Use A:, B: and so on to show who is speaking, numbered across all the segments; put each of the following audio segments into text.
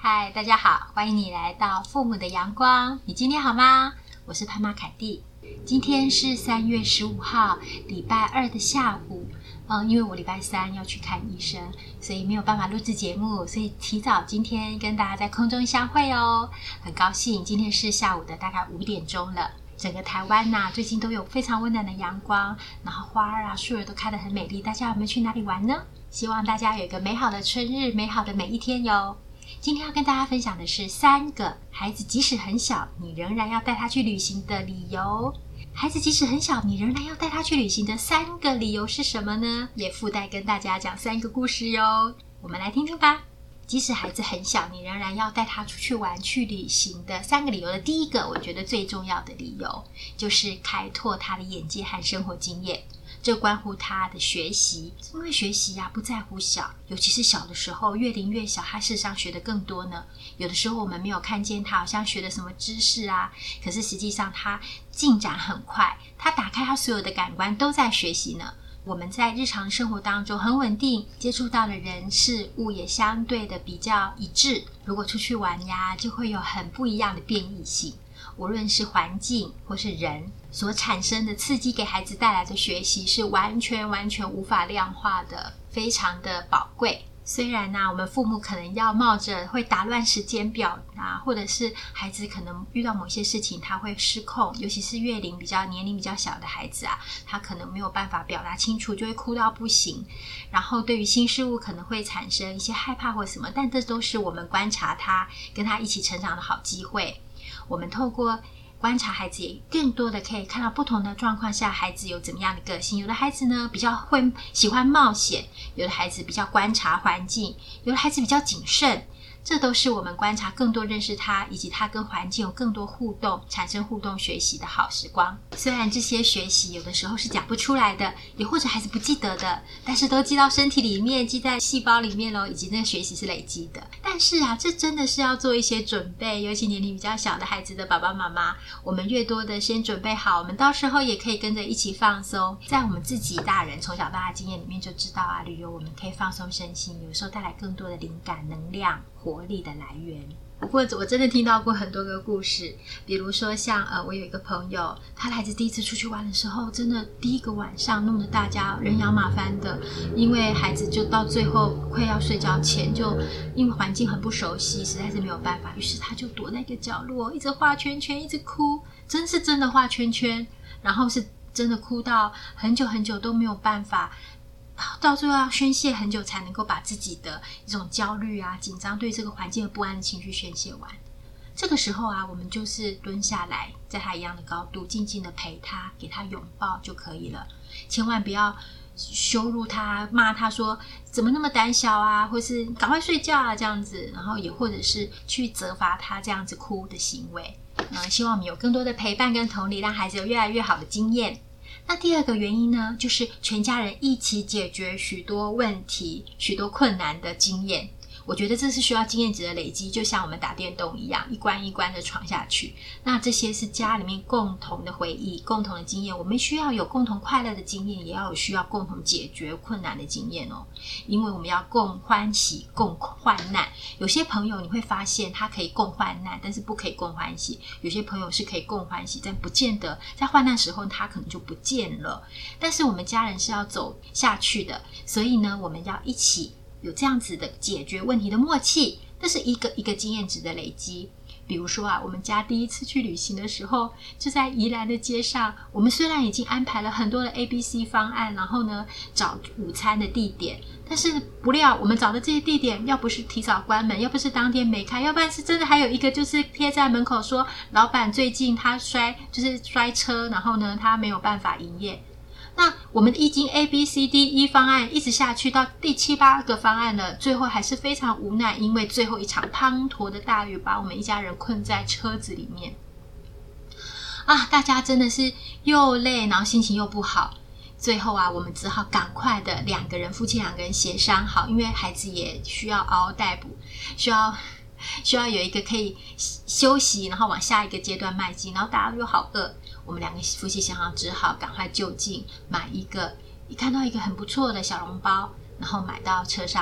A: 嗨，大家好，欢迎你来到父母的阳光。你今天好吗？我是潘妈凯蒂。今天是3月15号，礼拜二的下午。因为我礼拜三要去看医生，所以没有办法录制节目，所以提早今天跟大家在空中相会哦。很高兴，今天是下午的大概5点钟了。整个台湾最近都有非常温暖的阳光，然后花儿树儿都开得很美丽。大家有没有去哪里玩呢？希望大家有一个美好的春日，美好的每一天哟。今天要跟大家分享的是3个孩子即使很小，你仍然要带他去旅行的理由。孩子即使很小，你仍然要带他去旅行的3个理由是什么呢？也附带跟大家讲3个故事哟。我们来听听吧。即使孩子很小，你仍然要带他出去玩、去旅行的3个理由的第一个，我觉得最重要的理由就是开拓他的眼界和生活经验。这关乎他的学习，因为学习不在乎小，尤其是小的时候，越龄越小，他事实上学的更多呢。有的时候我们没有看见他好像学了什么知识可是实际上他进展很快，他打开他所有的感官都在学习呢。我们在日常生活当中很稳定，接触到的人事物也相对的比较一致。如果出去玩就会有很不一样的变异性。无论是环境或是人所产生的刺激，给孩子带来的学习是完全无法量化的，非常的宝贵。虽然我们父母可能要冒着会打乱时间表或者是孩子可能遇到某些事情他会失控，尤其是年龄比较小的孩子他可能没有办法表达清楚，就会哭到不行，然后对于新事物可能会产生一些害怕或什么，但这都是我们观察他跟他一起成长的好机会。我们透过观察孩子，也更多的可以看到不同的状况下孩子有怎么样的个性。有的孩子呢比较喜欢冒险，有的孩子比较观察环境，有的孩子比较谨慎，这都是我们观察更多认识他，以及他跟环境有更多互动，产生互动学习的好时光。虽然这些学习有的时候是讲不出来的，也或者孩子不记得的，但是都记到身体里面，记在细胞里面以及那个学习是累积的。但是这真的是要做一些准备，尤其年龄比较小的孩子的爸爸妈妈，我们越多的先准备好，我们到时候也可以跟着一起放松。在我们自己大人从小到大经验里面就知道旅游我们可以放松身心，有时候带来更多的灵感、能量、活力的来源。不过我真的听到过很多个故事，比如说像我有一个朋友，他的孩子第一次出去玩的时候，真的第一个晚上弄得大家人仰马翻的，因为孩子就到最后快要睡觉前，就因为环境很不熟悉，实在是没有办法，于是他就躲在一个角落，一直画圈圈，一直哭，真的画圈圈，然后是真的哭到很久都没有办法，到最后要宣泄很久才能够把自己的一种焦虑紧张，对这个环境的不安的情绪宣泄完。这个时候我们就是蹲下来，在他一样的高度，静静的陪他，给他拥抱就可以了。千万不要羞辱他，骂他说怎么那么胆小或是赶快睡觉这样子，然后也或者是去责罚他这样子哭的行为。希望我们有更多的陪伴跟同理，让孩子有越来越好的经验。那第二个原因呢，就是全家人一起解决许多问题、许多困难的经验。我觉得这是需要经验值的累积，就像我们打电动一样，一关一关的闯下去。那这些是家里面共同的回忆、共同的经验。我们需要有共同快乐的经验，也要有需要共同解决困难的经验因为我们要共欢喜、共患难。有些朋友你会发现他可以共患难，但是不可以共欢喜。有些朋友是可以共欢喜，但不见得在患难时候他可能就不见了。但是我们家人是要走下去的，所以呢，我们要一起有这样子的解决问题的默契，这是一个经验值的累积。比如说我们家第一次去旅行的时候，就在宜兰的街上，我们虽然已经安排了很多的 ABC 方案，然后呢找午餐的地点，但是不料我们找的这些地点，要不是提早关门，要不是当天没开，要不然是真的还有一个就是贴在门口说老板最近他摔车，然后呢他没有办法营业。那我们已经 ABCDE 方案一直下去到第7、8个方案了，最后还是非常无奈，因为最后一场滂沱的大雨把我们一家人困在车子里面大家真的是又累，然后心情又不好。最后我们只好赶快的夫妻2个人协商好，因为孩子也需要嗷嗷待哺，需要有一个可以休息，然后往下一个阶段迈进，然后大家又好饿，我们2个夫妻想只好赶快就近买看到一个很不错的小笼包，然后买到车上。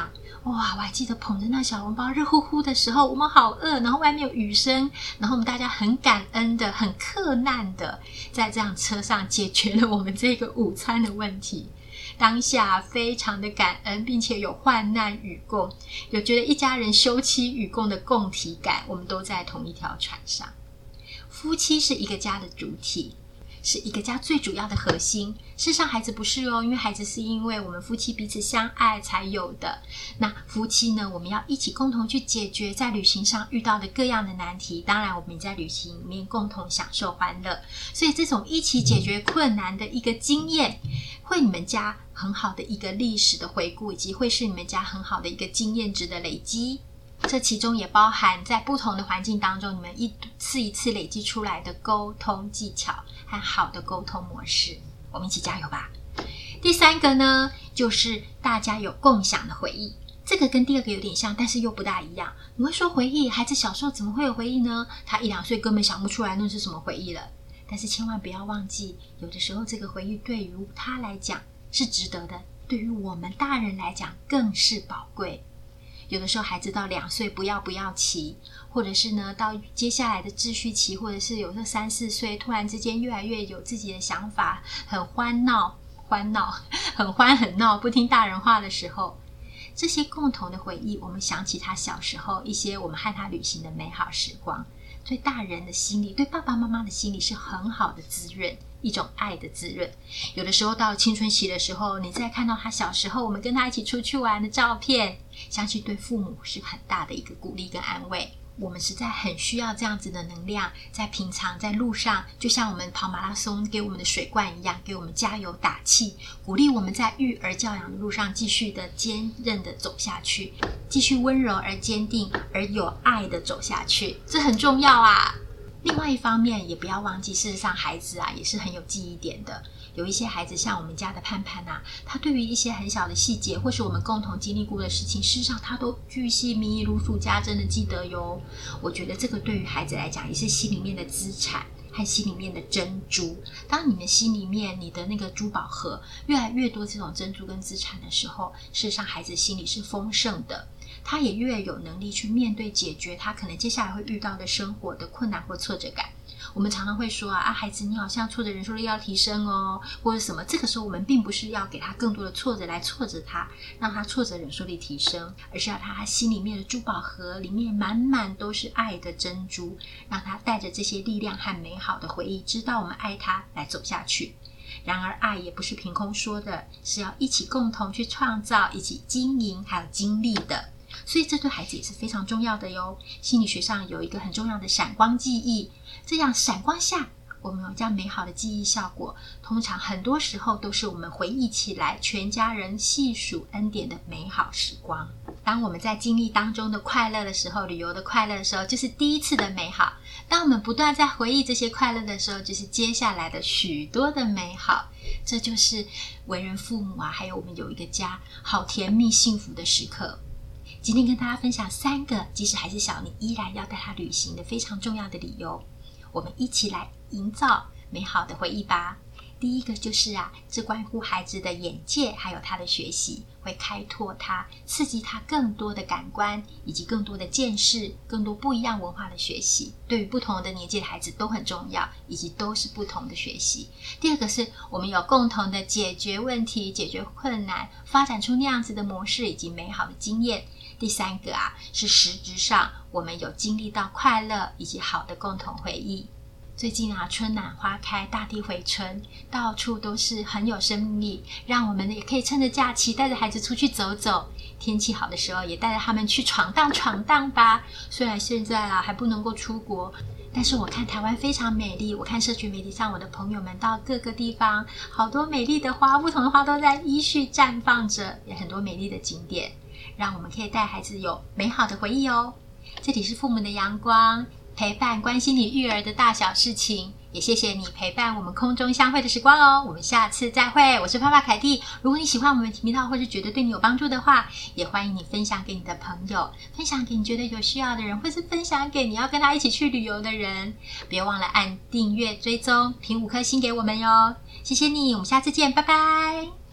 A: 哇，我还记得捧着那小笼包热乎乎的时候，我们好饿，然后外面有雨声，然后我们大家很感恩的很克难的在这辆车上解决了我们这个午餐的问题。当下非常的感恩，并且有患难与共，有觉得一家人休戚与共的共体感，我们都在同一条船上。夫妻是一个家的主体，是一个家最主要的核心。事实上孩子不是哦，因为孩子是因为我们夫妻彼此相爱才有的。那夫妻呢，我们要一起共同去解决在旅行上遇到的各样的难题，当然我们也在旅行里面共同享受欢乐。所以这种一起解决困难的一个经验，会你们家很好的一个历史的回顾，以及会是你们家很好的一个经验值的累积。这其中也包含在不同的环境当中，你们一次一次累积出来的沟通技巧和好的沟通模式。我们一起加油吧。第三个呢，就是大家有共享的回忆。这个跟第二个有点像，但是又不大一样。你会说回忆，孩子小时候怎么会有回忆呢？他1-2岁根本想不出来那是什么回忆了。但是千万不要忘记，有的时候这个回忆对于他来讲是值得的，对于我们大人来讲更是宝贵。有的时候孩子到2岁不要期，或者是呢到接下来的秩序期，或者是有的3-4岁突然之间越来越有自己的想法，很欢闹很欢很闹，不听大人话的时候，这些共同的回忆，我们想起他小时候一些我们和他旅行的美好时光，对大人的心里，对爸爸妈妈的心里是很好的滋润，一种爱的滋润。有的时候到青春期的时候，你再看到他小时候我们跟他一起出去玩的照片，相信对父母是很大的一个鼓励跟安慰。我们实在很需要这样子的能量，在平常在路上，就像我们跑马拉松给我们的水罐一样，给我们加油打气，鼓励我们在育儿教养的路上继续的坚韧的走下去，继续温柔而坚定而有爱的走下去，这很重要啊。另外一方面也不要忘记，事实上孩子啊也是很有记忆点的。有一些孩子像我们家的盼盼啊，他对于一些很小的细节，或是我们共同经历过的事情，事实上他都巨细靡遗如数家珍的记得哟。我觉得这个对于孩子来讲也是心里面的资产和心里面的珍珠。当你们心里面你的那个珠宝盒越来越多这种珍珠跟资产的时候，事实上孩子心里是丰盛的，他也越有能力去面对解决他可能接下来会遇到的生活的困难或挫折感。我们常常会说孩子你好像挫折忍受力要提升哦，或者什么。这个时候我们并不是要给他更多的挫折来挫折他，让他挫折忍受力提升，而是要他心里面的珠宝盒里面满满都是爱的珍珠，让他带着这些力量和美好的回忆，知道我们爱他来走下去。然而爱也不是凭空说的，是要一起共同去创造，一起经营还有经历的。所以这对孩子也是非常重要的哟。心理学上有一个很重要的闪光记忆，这样闪光下我们有这样美好的记忆效果，通常很多时候都是我们回忆起来全家人细数恩典的美好时光。当我们在经历当中的快乐的时候，旅游的快乐的时候，就是第一次的美好。当我们不断在回忆这些快乐的时候，就是接下来的许多的美好。这就是为人父母还有我们有一个家好甜蜜幸福的时刻。今天跟大家分享3个即使孩子小你依然要带他旅行的非常重要的理由，我们一起来营造美好的回忆吧。第一个就是这关乎孩子的眼界还有他的学习，会开拓他，刺激他更多的感官以及更多的见识，更多不一样文化的学习，对于不同的年纪的孩子都很重要，以及都是不同的学习。第二个是我们有共同的解决问题，解决困难，发展出那样子的模式以及美好的经验。第三个是实质上我们有经历到快乐以及好的共同回忆。最近春暖花开，大地回春，到处都是很有生命力，让我们也可以趁着假期带着孩子出去走走，天气好的时候也带着他们去闯荡吧。虽然现在还不能够出国，但是我看台湾非常美丽，我看社群媒体上我的朋友们到各个地方，好多美丽的花，不同的花都在依序绽放着，也很多美丽的景点，让我们可以带孩子有美好的回忆哦。这里是父母的阳光，陪伴关心你育儿的大小事情，也谢谢你陪伴我们空中相会的时光哦。我们下次再会，我是爸爸凯蒂。如果你喜欢我们的频道，或是觉得对你有帮助的话，也欢迎你分享给你的朋友，分享给你觉得有需要的人，或是分享给你要跟他一起去旅游的人。别忘了按订阅追踪，评5颗星给我们哟。谢谢你，我们下次见，拜拜。